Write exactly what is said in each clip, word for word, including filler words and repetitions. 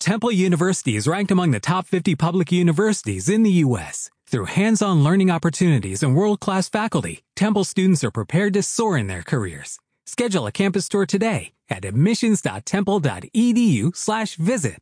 Temple University is ranked among the top fifty public universities in the U S Through hands-on learning opportunities and world-class faculty, Temple students are prepared to soar in their careers. Schedule a campus tour today at admissions.temple.edu slash visit.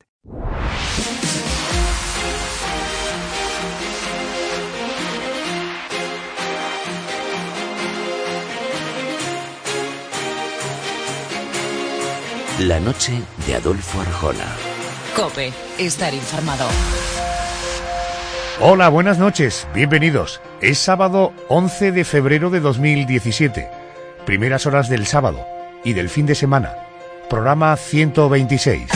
La noche de Adolfo Arjona. COPE, estar informado. Hola, buenas noches, bienvenidos. Es sábado once de febrero de dos mil diecisiete. Primeras horas del sábado y del fin de semana. Programa ciento veintiséis.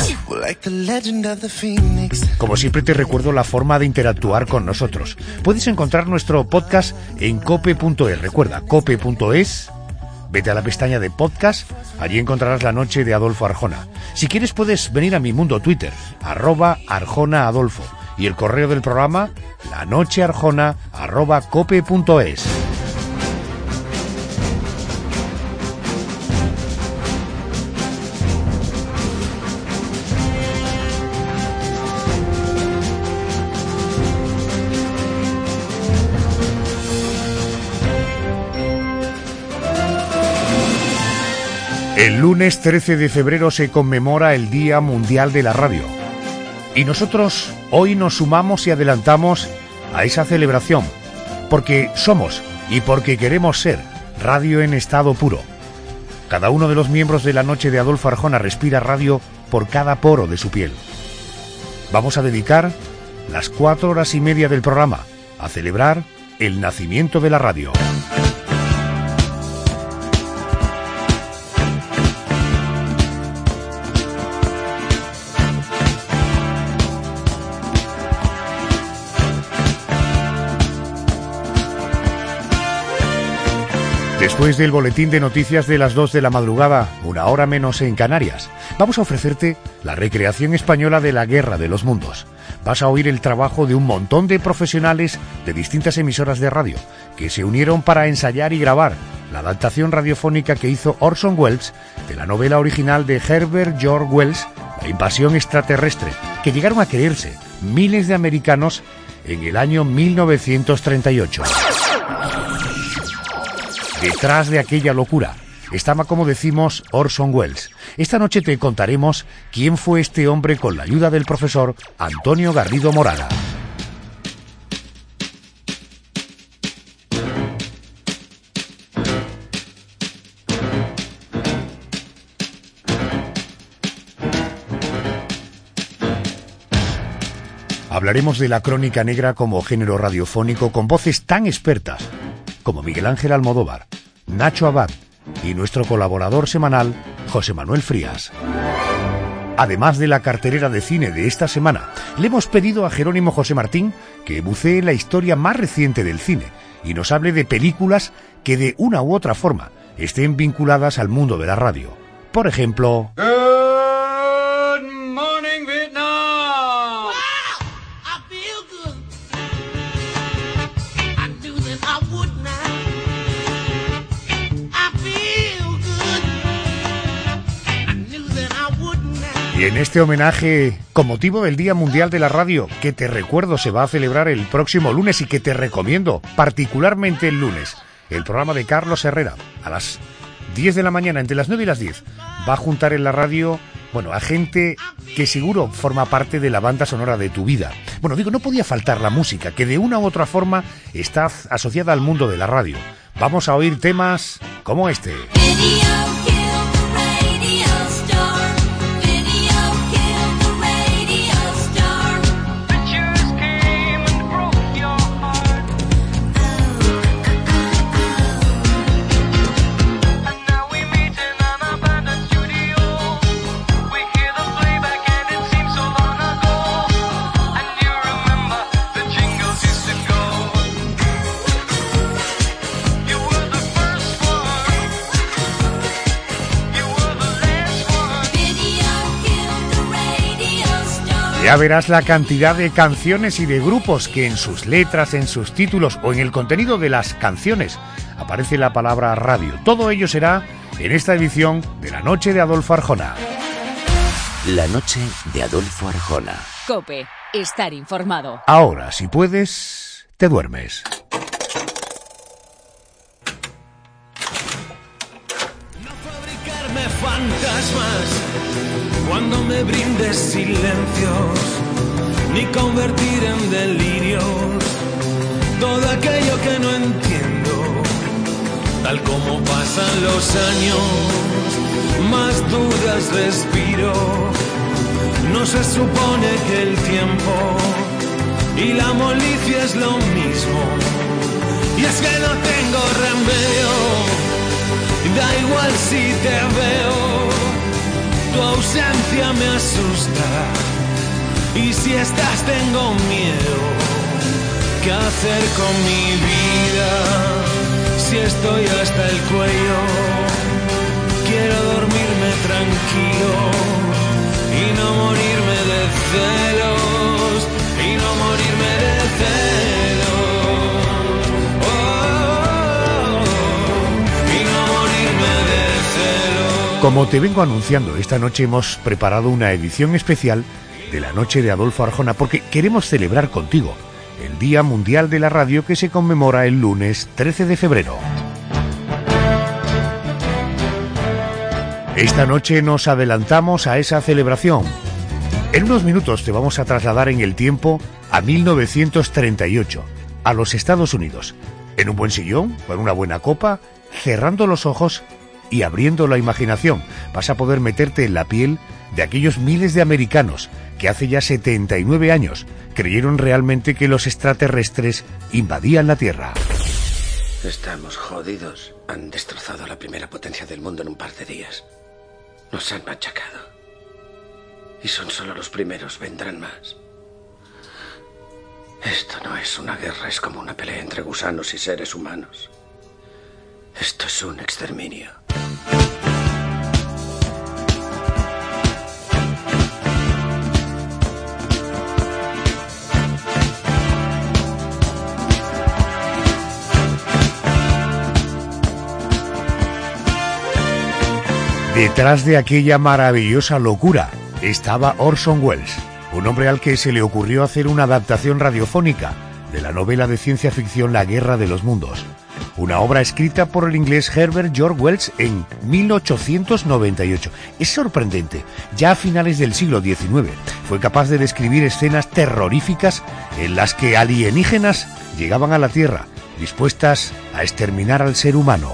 Como siempre te recuerdo la forma de interactuar con nosotros. Puedes encontrar nuestro podcast en cope punto es. Recuerda, cope punto es. Vete a la pestaña de podcast, allí encontrarás La Noche de Adolfo Arjona. Si quieres puedes venir a mi mundo Twitter, arroba Arjona Adolfo. Y el correo del programa, lanochearjona arroba cope punto es. El lunes trece de febrero se conmemora el Día Mundial de la Radio. Y nosotros hoy nos sumamos y adelantamos a esa celebración, porque somos y porque queremos ser radio en estado puro. Cada uno de los miembros de La Noche de Adolfo Arjona respira radio por cada poro de su piel. Vamos a dedicar las cuatro horas y media del programa a celebrar el nacimiento de la radio. Después del boletín de noticias de las dos de la madrugada, una hora menos en Canarias, vamos a ofrecerte la recreación española de la Guerra de los Mundos. Vas a oír el trabajo de un montón de profesionales de distintas emisoras de radio que se unieron para ensayar y grabar la adaptación radiofónica que hizo Orson Welles de la novela original de Herbert George Wells, La invasión extraterrestre, que llegaron a creerse miles de americanos en el año mil novecientos treinta y ocho. Detrás de aquella locura estaba, como decimos, Orson Welles. Esta noche te contaremos quién fue este hombre con la ayuda del profesor Antonio Garrido Moraga. Hablaremos de la crónica negra como género radiofónico con voces tan expertas como Miguel Ángel Almodóvar, Nacho Abad y nuestro colaborador semanal, José Manuel Frías. Además de la cartelera de cine de esta semana, le hemos pedido a Jerónimo José Martín que bucee en la historia más reciente del cine y nos hable de películas que de una u otra forma estén vinculadas al mundo de la radio. Por ejemplo... Good morning, Vietnam! Wow! I feel good. I knew that I would not. I feel good. I knew that I would not. Y en este homenaje, con motivo del Día Mundial de la Radio, que te recuerdo se va a celebrar el próximo lunes y que te recomiendo particularmente el lunes, el programa de Carlos Herrera a las diez de la mañana, entre las nueve y las diez, va a juntar en la radio, bueno, a gente que seguro forma parte de la banda sonora de tu vida. Bueno, digo, no podía faltar la música, que de una u otra forma está asociada al mundo de la radio. Vamos a oír temas como este. Ya verás la cantidad de canciones y de grupos que en sus letras, en sus títulos o en el contenido de las canciones aparece la palabra radio. Todo ello será en esta edición de La Noche de Adolfo Arjona. La noche de Adolfo Arjona. COPE. Estar informado. Ahora, si puedes, te duermes. No fabricarme fantasmas cuando me brindes silencios, ni convertir en delirios todo aquello que no entiendo. Tal como pasan los años, más dudas respiro. No se supone que el tiempo y la molicie es lo mismo. Y es que no tengo remedio, da igual si te veo. Tu ausencia me asusta y si estás tengo miedo. ¿Qué hacer con mi vida si estoy hasta el cuello? Quiero dormirme tranquilo y no morirme de celos, y no morirme de celos, oh, y no morirme de celos. Como te vengo anunciando, esta noche hemos preparado una edición especial de la noche de Adolfo Arjona porque queremos celebrar contigo el Día Mundial de la Radio que se conmemora el lunes trece de febrero. Esta noche nos adelantamos a esa celebración. En unos minutos te vamos a trasladar en el tiempo a mil novecientos treinta y ocho, a los Estados Unidos, en un buen sillón, con una buena copa, cerrando los ojos y abriendo la imaginación. Vas a poder meterte en la piel de aquellos miles de americanos que hace ya setenta y nueve años creyeron realmente que los extraterrestres invadían la Tierra. Estamos jodidos. Han destrozado la primera potencia del mundo en un par de días. Nos han machacado. Y son solo los primeros, vendrán más. Esto no es una guerra, es como una pelea entre gusanos y seres humanos. Esto es un exterminio. Detrás de aquella maravillosa locura estaba Orson Welles, un hombre al que se le ocurrió hacer una adaptación radiofónica de la novela de ciencia ficción La Guerra de los Mundos, una obra escrita por el inglés Herbert George Wells en mil ochocientos noventa y ocho. Es sorprendente, ya a finales del siglo diecinueve fue capaz de describir escenas terroríficas en las que alienígenas llegaban a la Tierra, dispuestas a exterminar al ser humano.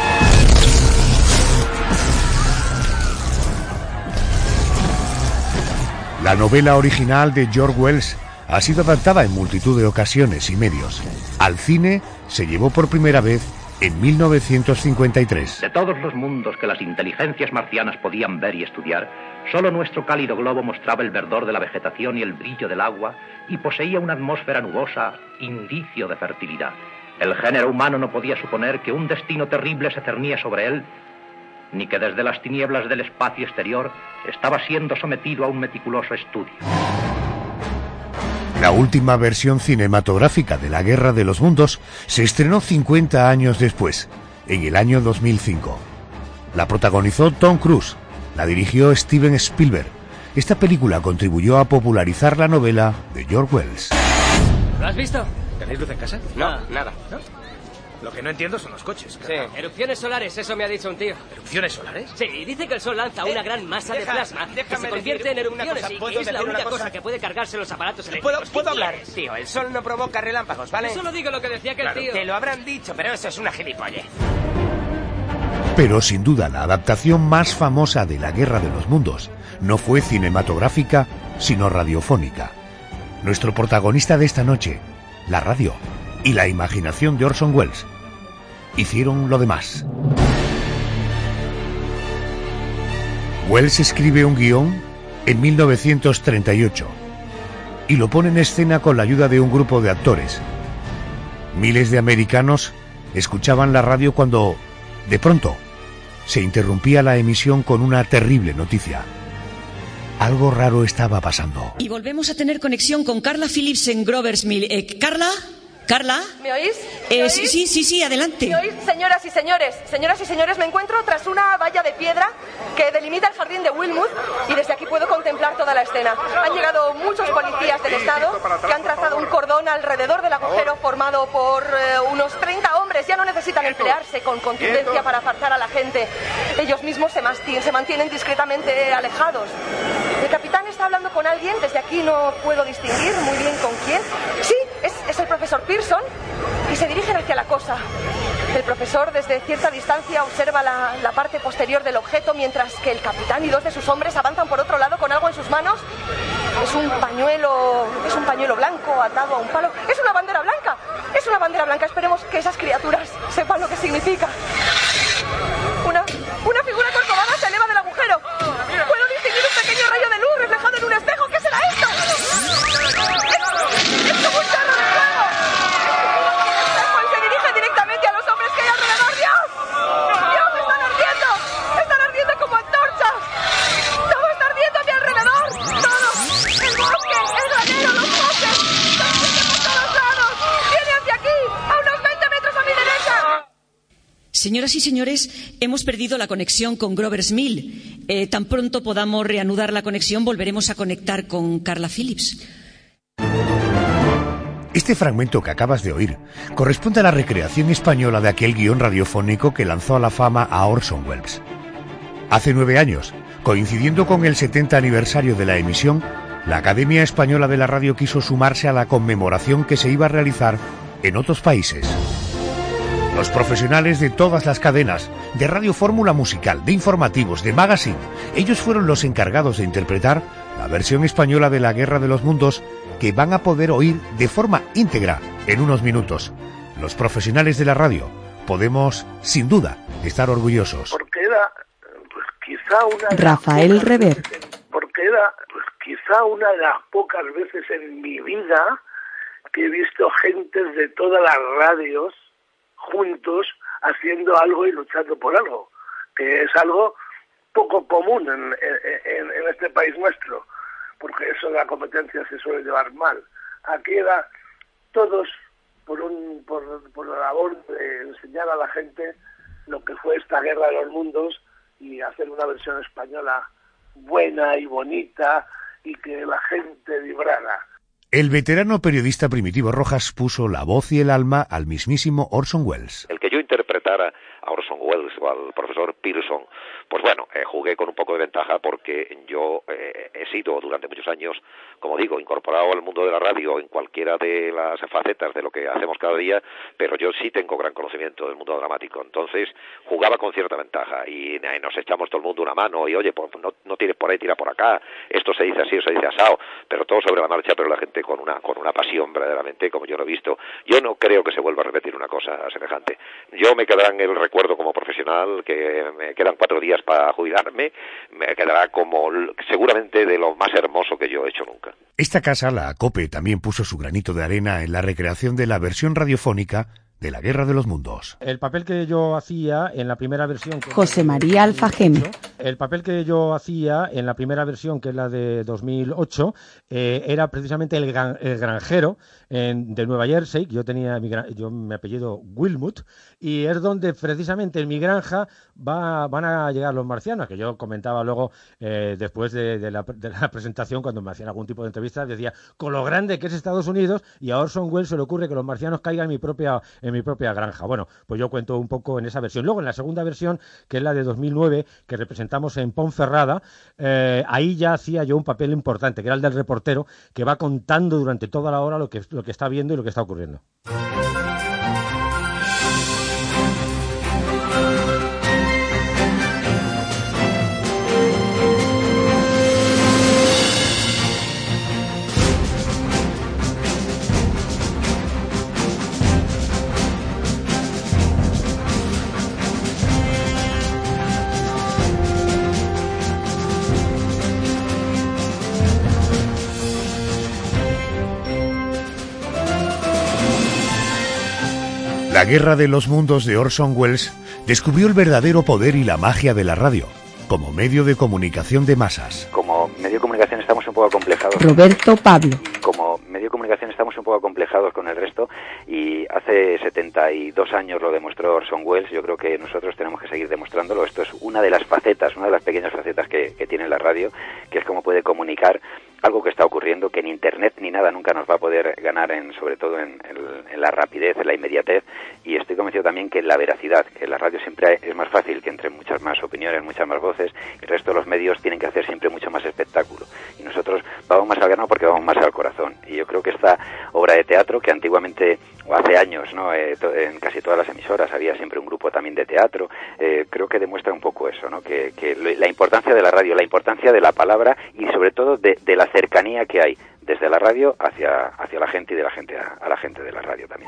La novela original de George Wells ha sido adaptada en multitud de ocasiones y medios. Al cine se llevó por primera vez en mil novecientos cincuenta y tres. De todos los mundos que las inteligencias marcianas podían ver y estudiar, solo nuestro cálido globo mostraba el verdor de la vegetación y el brillo del agua y poseía una atmósfera nubosa, indicio de fertilidad. El género humano no podía suponer que un destino terrible se cernía sobre él, ni que desde las tinieblas del espacio exterior estaba siendo sometido a un meticuloso estudio. La última versión cinematográfica de La Guerra de los Mundos se estrenó cincuenta años después, en el año dos mil cinco. La protagonizó Tom Cruise, la dirigió Steven Spielberg. Esta película contribuyó a popularizar la novela de George Wells. ¿Lo has visto? ¿Tenéis luz en casa? No, Ah. nada. ¿No? Lo que no entiendo son los coches. Sí, erupciones solares, eso me ha dicho un tío. ¿Erupciones solares? Sí, dice que el sol lanza una gran masa deja- de plasma que déjame se convierte en decir una erupciones cosa. y ¿Puedo que es la decir una única cosa? cosa? que puede cargarse los aparatos ¿Puedo, eléctricos. ¿Qué puedo hablar? quieres? Tío, el sol no provoca relámpagos, ¿vale? Yo solo digo lo que decía aquel Claro, tío. te lo habrán dicho, pero eso es una gilipollez. Pero sin duda la adaptación más famosa de La Guerra de los Mundos no fue cinematográfica, sino radiofónica. Nuestro protagonista de esta noche, la radio y la imaginación de Orson Welles, hicieron lo demás. Welles escribe un guión en mil novecientos treinta y ocho y lo pone en escena con la ayuda de un grupo de actores. Miles de americanos escuchaban la radio cuando, de pronto, se interrumpía la emisión con una terrible noticia. Algo raro estaba pasando. Y volvemos a tener conexión con Carla Phillips en Grover's Mill. Eh, ¿Carla? Carla. ¿Me oís? ¿Me ¿Me oís? oís? Sí, sí, sí, adelante. ¿Me oís? Señoras y señores, señoras y señores, me encuentro tras una valla de piedra que delimita el jardín de Wilmouth y desde aquí puedo contemplar toda la escena. Han llegado muchos policías del Estado que han trazado un cordón alrededor del agujero formado por eh, unos treinta hombres. Ya no necesitan emplearse con contundencia para apartar a la gente. Ellos mismos se, masti- se mantienen discretamente alejados. El capitán está hablando con alguien, desde aquí no puedo distinguir muy bien con quién. Sí, es, es el profesor Pearson y se dirigen hacia la cosa. El profesor desde cierta distancia observa la, la parte posterior del objeto mientras que el capitán y dos de sus hombres avanzan por otro lado con algo en sus manos. Es un pañuelo, es un pañuelo blanco atado a un palo. Es una bandera blanca, es una bandera blanca. Esperemos que esas criaturas sepan lo que significa. Una, una figura corcovada se eleva del agujero. Puedo distinguir un pequeño rayo de luz reflejado en un espejo. ¿Qué será esto? Es, es como un charro de fuego. Después se dirige directamente a los hombres que hay alrededor. ¡Dios! ¡Dios! ¡Están ardiendo! ¡Están ardiendo como antorchas! ¡Todo está ardiendo a mi alrededor! ¡Todo! ¡El bosque! ¡El granero! ¡Los bosques! ¡Están por todos lados! ¡Viene hacia aquí! ¡A unos veinte metros a mi derecha! Señoras y señores, hemos perdido la conexión con Grover's Mill. Eh, tan pronto podamos reanudar la conexión, volveremos a conectar con Carla Phillips. Este fragmento que acabas de oír corresponde a la recreación española de aquel guión radiofónico que lanzó a la fama a Orson Welles. Hace nueve años, coincidiendo con el setenta aniversario de la emisión, la Academia Española de la Radio quiso sumarse a la conmemoración que se iba a realizar en otros países. Los profesionales de todas las cadenas, de Radio Fórmula Musical, de informativos, de magazine, ellos fueron los encargados de interpretar la versión española de La Guerra de los Mundos que van a poder oír de forma íntegra en unos minutos. Los profesionales de la radio podemos, sin duda, estar orgullosos. Porque era, pues quizá una... Rafael Rever. Porque era, pues quizá una de las pocas veces en mi vida que he visto gentes de todas las radios juntos haciendo algo y luchando por algo, que es algo poco común en, en, en este país nuestro, porque eso de la competencia se suele llevar mal. Aquí era todos por, un, por, por la labor de enseñar a la gente lo que fue esta Guerra de los Mundos y hacer una versión española buena y bonita y que la gente vibrara. El veterano periodista Primitivo Rojas puso la voz y el alma al mismísimo Orson Welles. El que yo interpretara a Orson Welles o al profesor Pearson, pues bueno, eh, jugué con un poco de ventaja porque yo eh, he sido durante muchos años, como digo, incorporado al mundo de la radio en cualquiera de las facetas de lo que hacemos cada día, pero yo sí tengo gran conocimiento del mundo dramático, entonces jugaba con cierta ventaja y eh, nos echamos todo el mundo una mano y oye, pues no, no tires por ahí, tira por acá, esto se dice así, eso se dice asado, pero todo sobre la marcha, pero la gente con una con una pasión verdaderamente, como yo lo he visto. Yo no creo que se vuelva a repetir una cosa semejante. Yo me quedará en el recuerdo como profesional, que me quedan cuatro días para jubilarme, me quedará como seguramente de lo más hermoso que yo he hecho nunca. Esta casa, la COPE, también puso su granito de arena en la recreación de la versión radiofónica de La Guerra de los Mundos. El papel que yo hacía en la primera versión... Que José María Alfajeme. El papel que yo hacía en la primera versión, que es la de dos mil ocho, eh, era precisamente el, gran, el granjero en, de Nueva Jersey. Yo tenía mi, yo mi apellido Wilmouth, y es donde precisamente en mi granja va, van a llegar los marcianos, que yo comentaba luego eh, después de, de, la, de la presentación, cuando me hacían algún tipo de entrevista, decía, con lo grande que es Estados Unidos, y a Orson Welles se le ocurre que los marcianos caigan en mi propia... En mi propia granja. Bueno, pues yo cuento un poco en esa versión. Luego, en la segunda versión, que es la de dos mil nueve, que representamos en Ponferrada, eh, ahí ya hacía yo un papel importante, que era el del reportero, que va contando durante toda la hora lo que, lo que está viendo y lo que está ocurriendo. La Guerra de los Mundos de Orson Welles descubrió el verdadero poder y la magia de la radio, como medio de comunicación de masas. Como medio de comunicación estamos un poco acomplejados. Roberto Pablo. Como medio medios de comunicación estamos un poco acomplejados con el resto, y hace setenta y dos años lo demostró Orson Welles. Yo creo que nosotros tenemos que seguir demostrándolo. Esto es una de las facetas, una de las pequeñas facetas que, que tiene la radio, que es cómo puede comunicar algo que está ocurriendo, que en Internet ni nada nunca nos va a poder ganar, en, sobre todo en, en, en la rapidez, en la inmediatez, y estoy convencido también que en la veracidad, que en la radio siempre es más fácil, que entre muchas más opiniones, muchas más voces, y el resto de los medios tienen que hacer siempre mucho más espectáculo, y nosotros vamos más al grano porque vamos más al corazón. Y yo creo que esta obra de teatro, que antiguamente, o hace años, ¿no?, eh, to, en casi todas las emisoras había siempre un grupo también de teatro, eh, creo que demuestra un poco eso, ¿no?, que, que la importancia de la radio, la importancia de la palabra, y sobre todo de, de la cercanía que hay desde la radio hacia, hacia la gente, y de la gente a, a la gente de la radio también.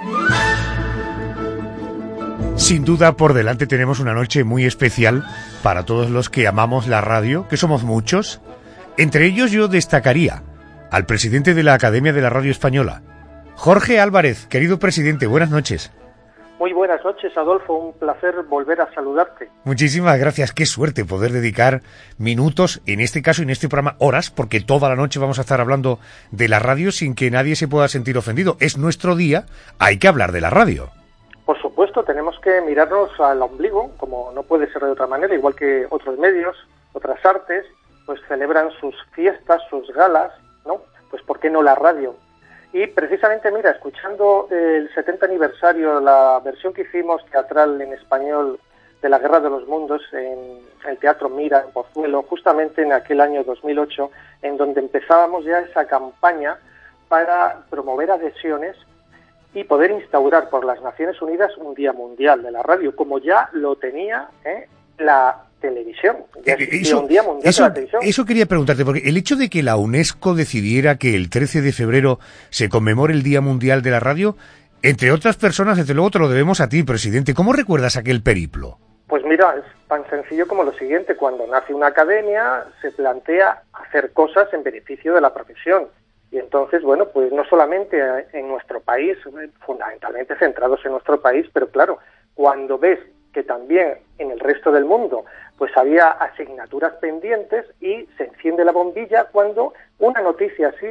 Sin duda, por delante tenemos una noche muy especial para todos los que amamos la radio, que somos muchos. Entre ellos yo destacaría al presidente de la Academia de la Radio Española, Jorge Álvarez. Querido presidente, buenas noches. Muy buenas noches, Adolfo. Un placer volver a saludarte. Muchísimas gracias. Qué suerte poder dedicar minutos, en este caso, en este programa, horas, porque toda la noche vamos a estar hablando de la radio sin que nadie se pueda sentir ofendido. Es nuestro día, hay que hablar de la radio. Por supuesto, tenemos que mirarnos al ombligo, como no puede ser de otra manera, igual que otros medios, otras artes, pues celebran sus fiestas, sus galas, ¿no? Pues ¿por qué no la radio? Y precisamente, mira, escuchando el setenta aniversario, la versión que hicimos teatral en español de la Guerra de los Mundos en el Teatro Mira, en Pozuelo, justamente en aquel año dos mil ocho, en donde empezábamos ya esa campaña para promover adhesiones y poder instaurar por las Naciones Unidas un Día Mundial de la Radio, como ya lo tenía ¿eh? la televisión. Ya eso, un Día Mundial eso, de la televisión. Eso quería preguntarte, porque el hecho de que la UNESCO decidiera que el trece de febrero se conmemore el Día Mundial de la Radio, entre otras personas, desde luego te lo debemos a ti, presidente. ¿Cómo recuerdas aquel periplo? Pues mira, es tan sencillo como lo siguiente: cuando nace una academia se plantea hacer cosas en beneficio de la profesión. Y entonces, bueno, pues no solamente en nuestro país, fundamentalmente centrados en nuestro país, pero claro, cuando ves que también en el resto del mundo pues había asignaturas pendientes, y se enciende la bombilla cuando una noticia así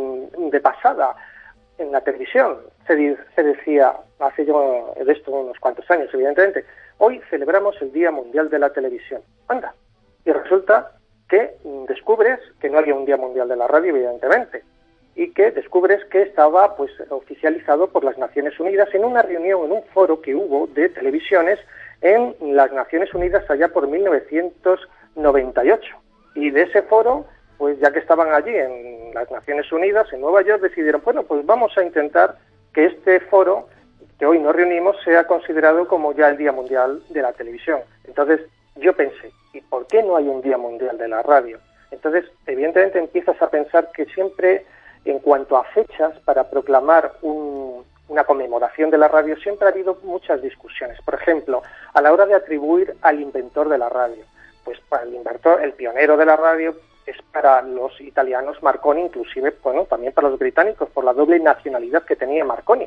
de pasada en la televisión se, se decía, hace yo de esto unos cuantos años evidentemente, hoy celebramos el Día Mundial de la Televisión. Anda, y resulta que descubres que no había un Día Mundial de la Radio, evidentemente, y que descubres que estaba pues oficializado por las Naciones Unidas en una reunión, en un foro que hubo de televisiones en las Naciones Unidas allá por mil novecientos noventa y ocho. Y de ese foro, pues ya que estaban allí en las Naciones Unidas, en Nueva York, decidieron, bueno, pues vamos a intentar que este foro que hoy nos reunimos sea considerado como ya el Día Mundial de la Televisión. Entonces yo pensé, ¿y por qué no hay un Día Mundial de la Radio? Entonces, evidentemente empiezas a pensar que siempre, en cuanto a fechas para proclamar un, una conmemoración de la radio, siempre ha habido muchas discusiones. Por ejemplo, a la hora de atribuir al inventor de la radio, pues para el inventor, el pionero de la radio, es para los italianos Marconi, inclusive, bueno, también para los británicos, por la doble nacionalidad que tenía Marconi.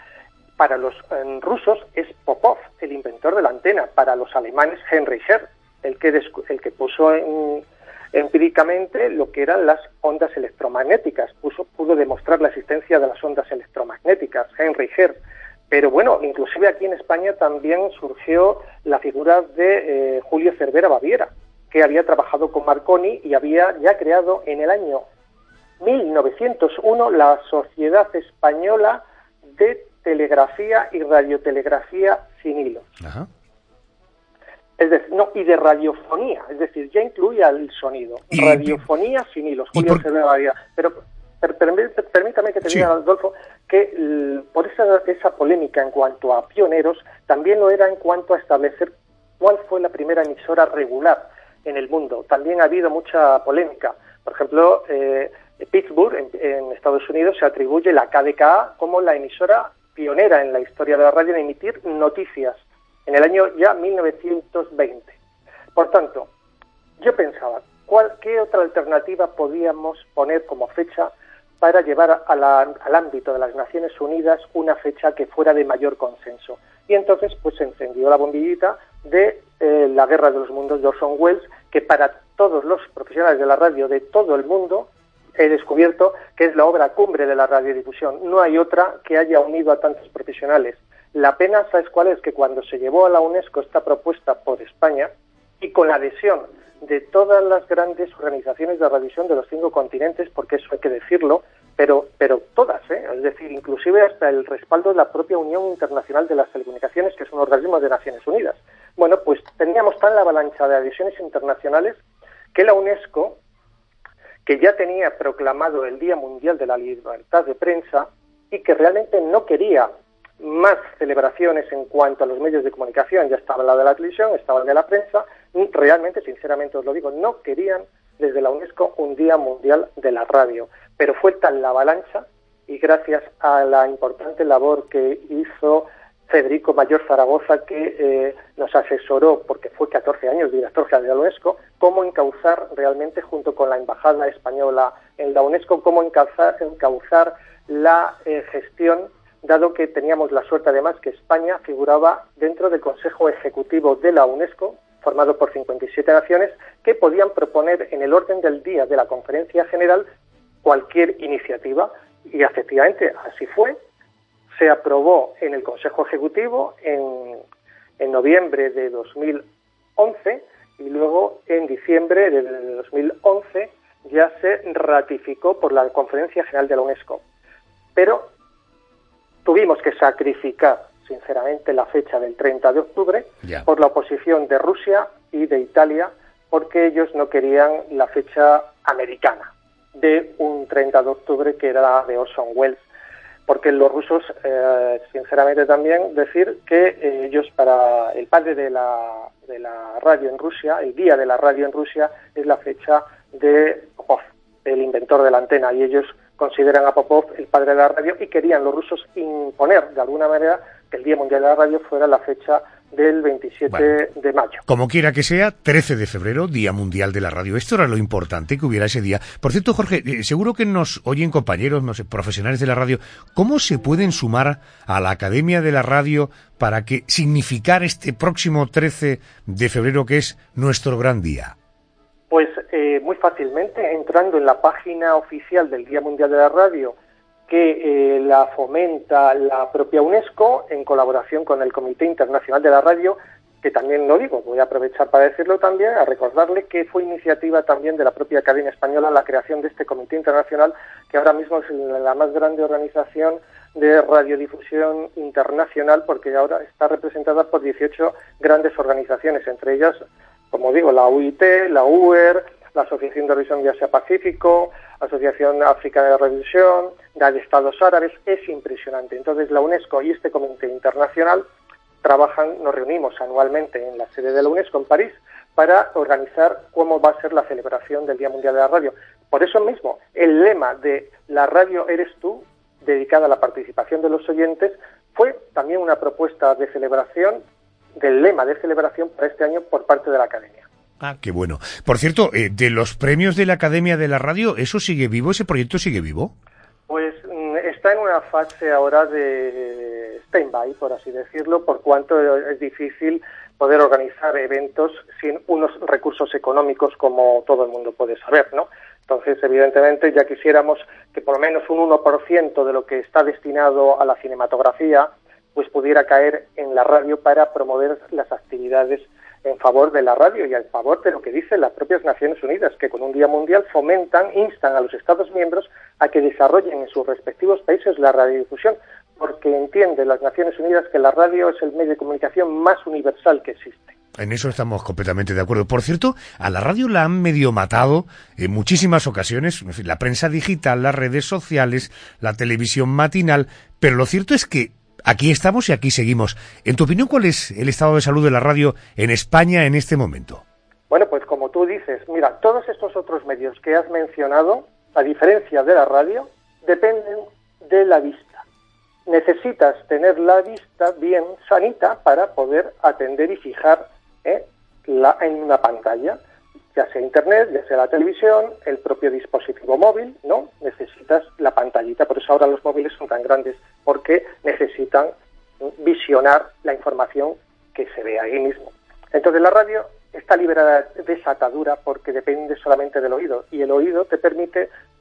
Para los eh, rusos es Popov, el inventor de la antena. Para los alemanes, Henry Hertz, el que, el que puso en, empíricamente lo que eran las ondas electromagnéticas, puso, pudo demostrar la existencia de las ondas electromagnéticas, Henry Hertz. Pero bueno, inclusive aquí en España también surgió la figura de eh, Julio Cervera Baviera, que había trabajado con Marconi y había ya creado en el año mil novecientos uno la Sociedad Española de Telegrafía y Radiotelegrafía sin hilos. Ajá. Es decir, no, y de radiofonía, es decir, ya incluía el sonido. Y, radiofonía sin hilos, Julio por... Cervera Baviera. Pero per, per, per, permítame que te diga, sí, Adolfo, que l, por esa, esa polémica en cuanto a pioneros, también lo era en cuanto a establecer cuál fue la primera emisora regular en el mundo. También ha habido mucha polémica. Por ejemplo, eh, Pittsburgh, en, en Estados Unidos, se atribuye la K D K A como la emisora pionera en la historia de la radio en emitir noticias, en el año ya mil novecientos veinte. Por tanto, yo pensaba, ¿cuál, ¿qué otra alternativa podíamos poner como fecha para llevar a la, al ámbito de las Naciones Unidas una fecha que fuera de mayor consenso? Y entonces pues se encendió la bombillita de eh, la Guerra de los Mundos de Orson Welles, que para todos los profesionales de la radio de todo el mundo he descubierto que es la obra cumbre de la radiodifusión. No hay otra que haya unido a tantos profesionales. La pena, ¿sabes cuál es? Que cuando se llevó a la UNESCO esta propuesta por España, y con la adhesión de todas las grandes organizaciones de radiodifusión de los cinco continentes, porque eso hay que decirlo, pero pero todas, ¿eh? Es decir, inclusive hasta el respaldo de la propia Unión Internacional de las Telecomunicaciones, que es un organismo de Naciones Unidas. Bueno, pues teníamos tan la avalancha de adhesiones internacionales que la UNESCO, que ya tenía proclamado el Día Mundial de la Libertad de Prensa y que realmente no quería más celebraciones en cuanto a los medios de comunicación, ya estaba la de la televisión, estaba la de la prensa, realmente, sinceramente os lo digo, no querían desde la UNESCO un Día Mundial de la Radio, pero fue tal la avalancha, y gracias a la importante labor que hizo Federico Mayor Zaragoza, que eh, nos asesoró, porque fue catorce años director general de la UNESCO, cómo encauzar realmente, junto con la Embajada Española en la UNESCO, cómo encauzar, encauzar la eh, gestión, dado que teníamos la suerte además que España figuraba dentro del Consejo Ejecutivo de la UNESCO, formado por cincuenta y siete naciones, que podían proponer en el orden del día de la Conferencia General cualquier iniciativa, y efectivamente así fue. Se aprobó en el Consejo Ejecutivo en, en noviembre de dos mil once, y luego en diciembre de dos mil once ya se ratificó por la Conferencia General de la UNESCO. Pero tuvimos que sacrificar, sinceramente, la fecha del treinta de octubre yeah. por la oposición de Rusia y de Italia, porque ellos no querían la fecha americana de un treinta de octubre que era de Orson Welles, porque los rusos, eh, sinceramente también, decir que eh, ellos, para el padre de la, de la radio en Rusia, el día de la radio en Rusia, es la fecha de Popov, el inventor de la antena, y ellos consideran a Popov el padre de la radio, y querían los rusos imponer de alguna manera que el Día Mundial de la Radio fuera la fecha del veintisiete bueno, de mayo. Como quiera que sea, trece de febrero, Día Mundial de la Radio. Esto era lo importante, que hubiera ese día. Por cierto, Jorge, eh, seguro que nos oyen compañeros, no sé, profesionales de la radio. ¿Cómo se pueden sumar a la Academia de la Radio para que significar este próximo trece de febrero, que es nuestro gran día? Pues eh, muy fácilmente, entrando en la página oficial del Día Mundial de la Radio, que eh, la fomenta la propia UNESCO en colaboración con el Comité Internacional de la Radio, que también lo digo, voy a aprovechar para decirlo también, a recordarle que fue iniciativa también de la propia Academia Española la creación de este Comité Internacional, que ahora mismo es la más grande organización de radiodifusión internacional, porque ahora está representada por dieciocho grandes organizaciones, entre ellas, como digo, la U I T, la U E R, la Asociación de Revisión de Asia-Pacífico, Asociación Africana de Revisión, la de Estados Árabes. Es impresionante. Entonces, la UNESCO y este Comité Internacional trabajan, nos reunimos anualmente en la sede de la UNESCO en París para organizar cómo va a ser la celebración del Día Mundial de la Radio. Por eso mismo, el lema de La radio eres tú, dedicada a la participación de los oyentes, fue también una propuesta de celebración, del lema de celebración para este año por parte de la Academia. Ah, qué bueno. Por cierto, eh, de los premios de la Academia de la Radio, ¿eso sigue vivo? ¿Ese proyecto sigue vivo? Pues mm, está en una fase ahora de stand-by, por así decirlo, por cuanto es difícil poder organizar eventos sin unos recursos económicos, como todo el mundo puede saber, ¿no? Entonces, evidentemente, ya quisiéramos que por lo menos un uno por ciento de lo que está destinado a la cinematografía pues pudiera caer en la radio para promover las actividades en favor de la radio y en favor de lo que dicen las propias Naciones Unidas, que con un Día Mundial fomentan, instan a los Estados miembros a que desarrollen en sus respectivos países la radiodifusión, porque entienden las Naciones Unidas que la radio es el medio de comunicación más universal que existe. En eso estamos completamente de acuerdo. Por cierto, a la radio la han medio matado en muchísimas ocasiones, en fin, la prensa digital, las redes sociales, la televisión matinal, pero lo cierto es que aquí estamos y aquí seguimos. En tu opinión, ¿cuál es el estado de salud de la radio en España en este momento? Bueno, pues como tú dices, mira, todos estos otros medios que has mencionado, a diferencia de la radio, dependen de la vista. Necesitas tener la vista bien sanita para poder atender y fijar ¿eh? la, en una pantalla, ya sea internet, ya sea la televisión, el propio dispositivo móvil, ¿no? Necesitas la pantallita, por eso ahora los móviles son tan grandes, porque necesitan visionar la información que se ve ahí mismo. Entonces la radio está liberada de esa atadura porque depende solamente del oído, y el oído te permite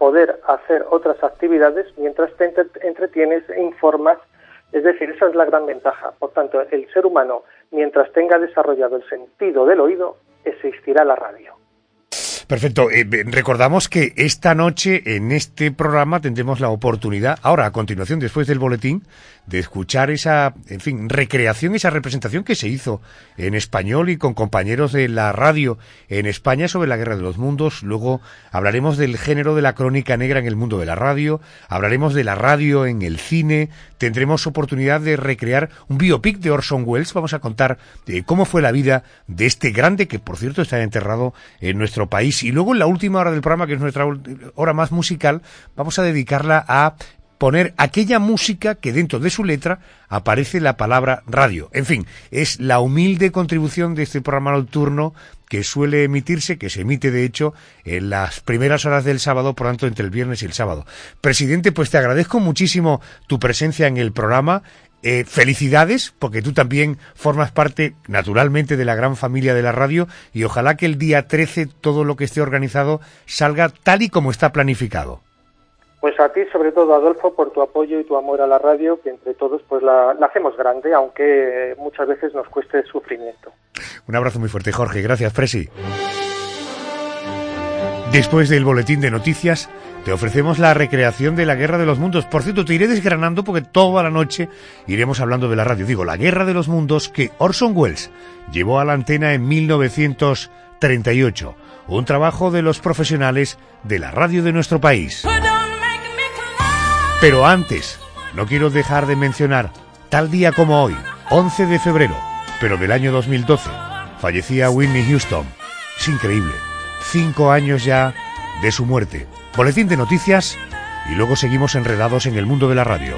poder hacer otras actividades mientras te entre- entretienes e informas. Es decir, esa es la gran ventaja. Por tanto, el ser humano, mientras tenga desarrollado el sentido del oído, existirá la radio. Perfecto. Eh, recordamos que esta noche en este programa tendremos la oportunidad, ahora a continuación, después del boletín, de escuchar esa, en fin, recreación, esa representación que se hizo en español y con compañeros de la radio en España sobre la Guerra de los Mundos. Luego hablaremos del género de la crónica negra en el mundo de la radio, hablaremos de la radio en el cine, tendremos oportunidad de recrear un biopic de Orson Welles. Vamos a contar eh, cómo fue la vida de este grande, que por cierto está enterrado en nuestro país. Y luego en la última hora del programa, que es nuestra hora más musical, vamos a dedicarla a poner aquella música que dentro de su letra aparece la palabra radio. En fin, es la humilde contribución de este programa nocturno que suele emitirse, que se emite de hecho en las primeras horas del sábado, por tanto entre el viernes y el sábado. Presidente, pues te agradezco muchísimo tu presencia en el programa. Eh, felicidades, porque tú también formas parte, naturalmente, de la gran familia de la radio, y ojalá que el día trece todo lo que esté organizado salga tal y como está planificado. Pues a ti, sobre todo, Adolfo, por tu apoyo y tu amor a la radio, que entre todos pues la, la hacemos grande, aunque muchas veces nos cueste sufrimiento. Un abrazo muy fuerte, Jorge. Gracias, Presi. Después del boletín de noticias, te ofrecemos la recreación de la Guerra de los Mundos. Por cierto, te iré desgranando porque toda la noche iremos hablando de la radio. Digo, la Guerra de los Mundos que Orson Welles llevó a la antena en mil novecientos treinta y ocho. Un trabajo de los profesionales de la radio de nuestro país. Pero antes, no quiero dejar de mencionar, tal día como hoy, once de febrero, pero del año dos mil doce, fallecía Whitney Houston. Es increíble. Cinco años ya de su muerte. Boletín de noticias y luego seguimos enredados en el mundo de la radio.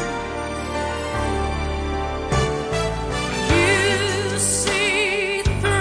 See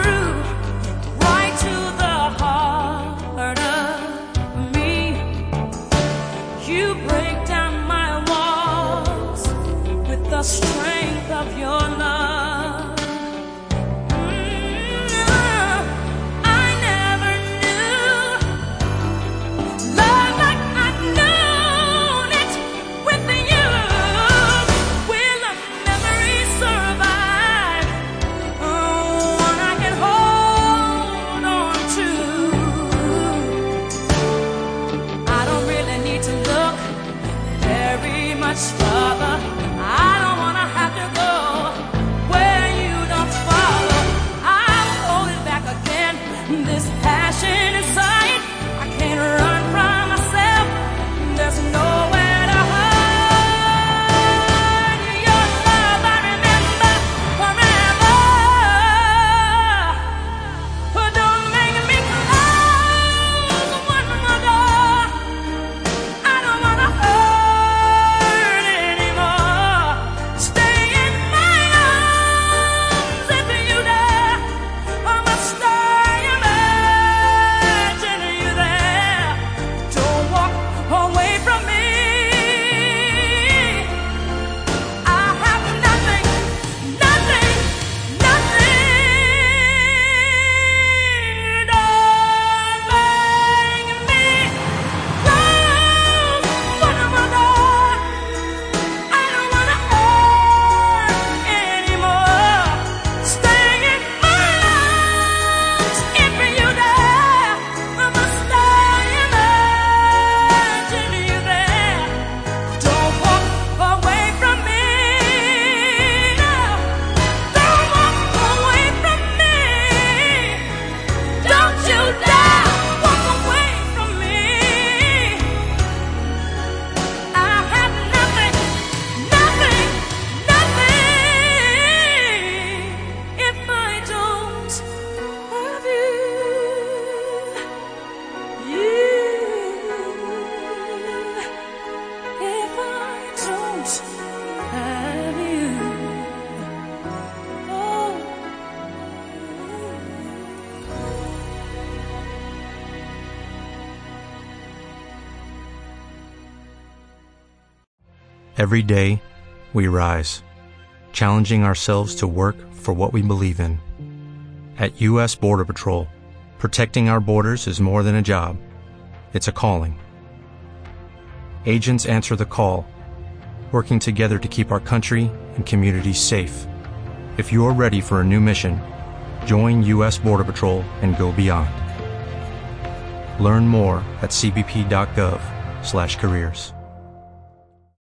Every day, we rise, challenging ourselves to work for what we believe in. At U S Border Patrol, protecting our borders is more than a job. It's a calling. Agents answer the call, working together to keep our country and communities safe. If you're ready for a new mission, join U S Border Patrol and go beyond. Learn more at c b p dot gov slash careers.